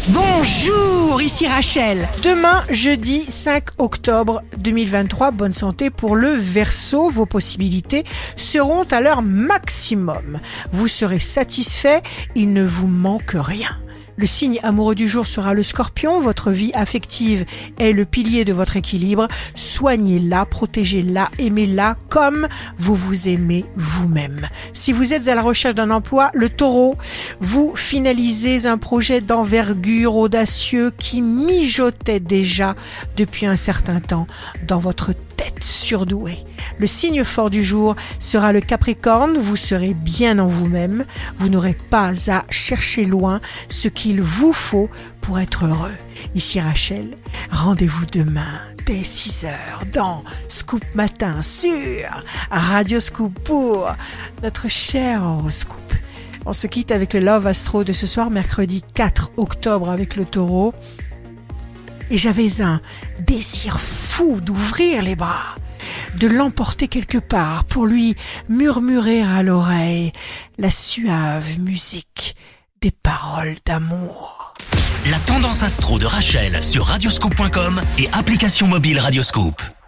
Bonjour, ici Rachel. Demain, jeudi 5 octobre 2023, bonne santé pour le Verseau. Vos possibilités seront à leur maximum. Vous serez satisfait, il ne vous manque rien. Le signe amoureux du jour sera le Scorpion. Votre vie affective est le pilier de votre équilibre. Soignez-la, protégez-la, aimez-la comme vous vous aimez vous-même. Si vous êtes à la recherche d'un emploi, le Taureau, vous finalisez un projet d'envergure audacieux qui mijotait déjà depuis un certain temps dans votre tête surdouée. Le signe fort du jour sera le Capricorne. Vous serez bien en vous-même. Vous n'aurez pas à chercher loin ce qu'il vous faut pour être heureux. Ici Rachel, rendez-vous demain dès 6h dans Scoop Matin sur Radio Scoop pour notre cher horoscope. On se quitte avec le Love Astro de ce soir, mercredi 4 octobre avec le Taureau. Et j'avais un désir fou d'ouvrir les bras, de l'emporter quelque part pour lui murmurer à l'oreille la suave musique des paroles d'amour. La tendance astro de Rachel sur radioscoop.com et application mobile Radioscoop.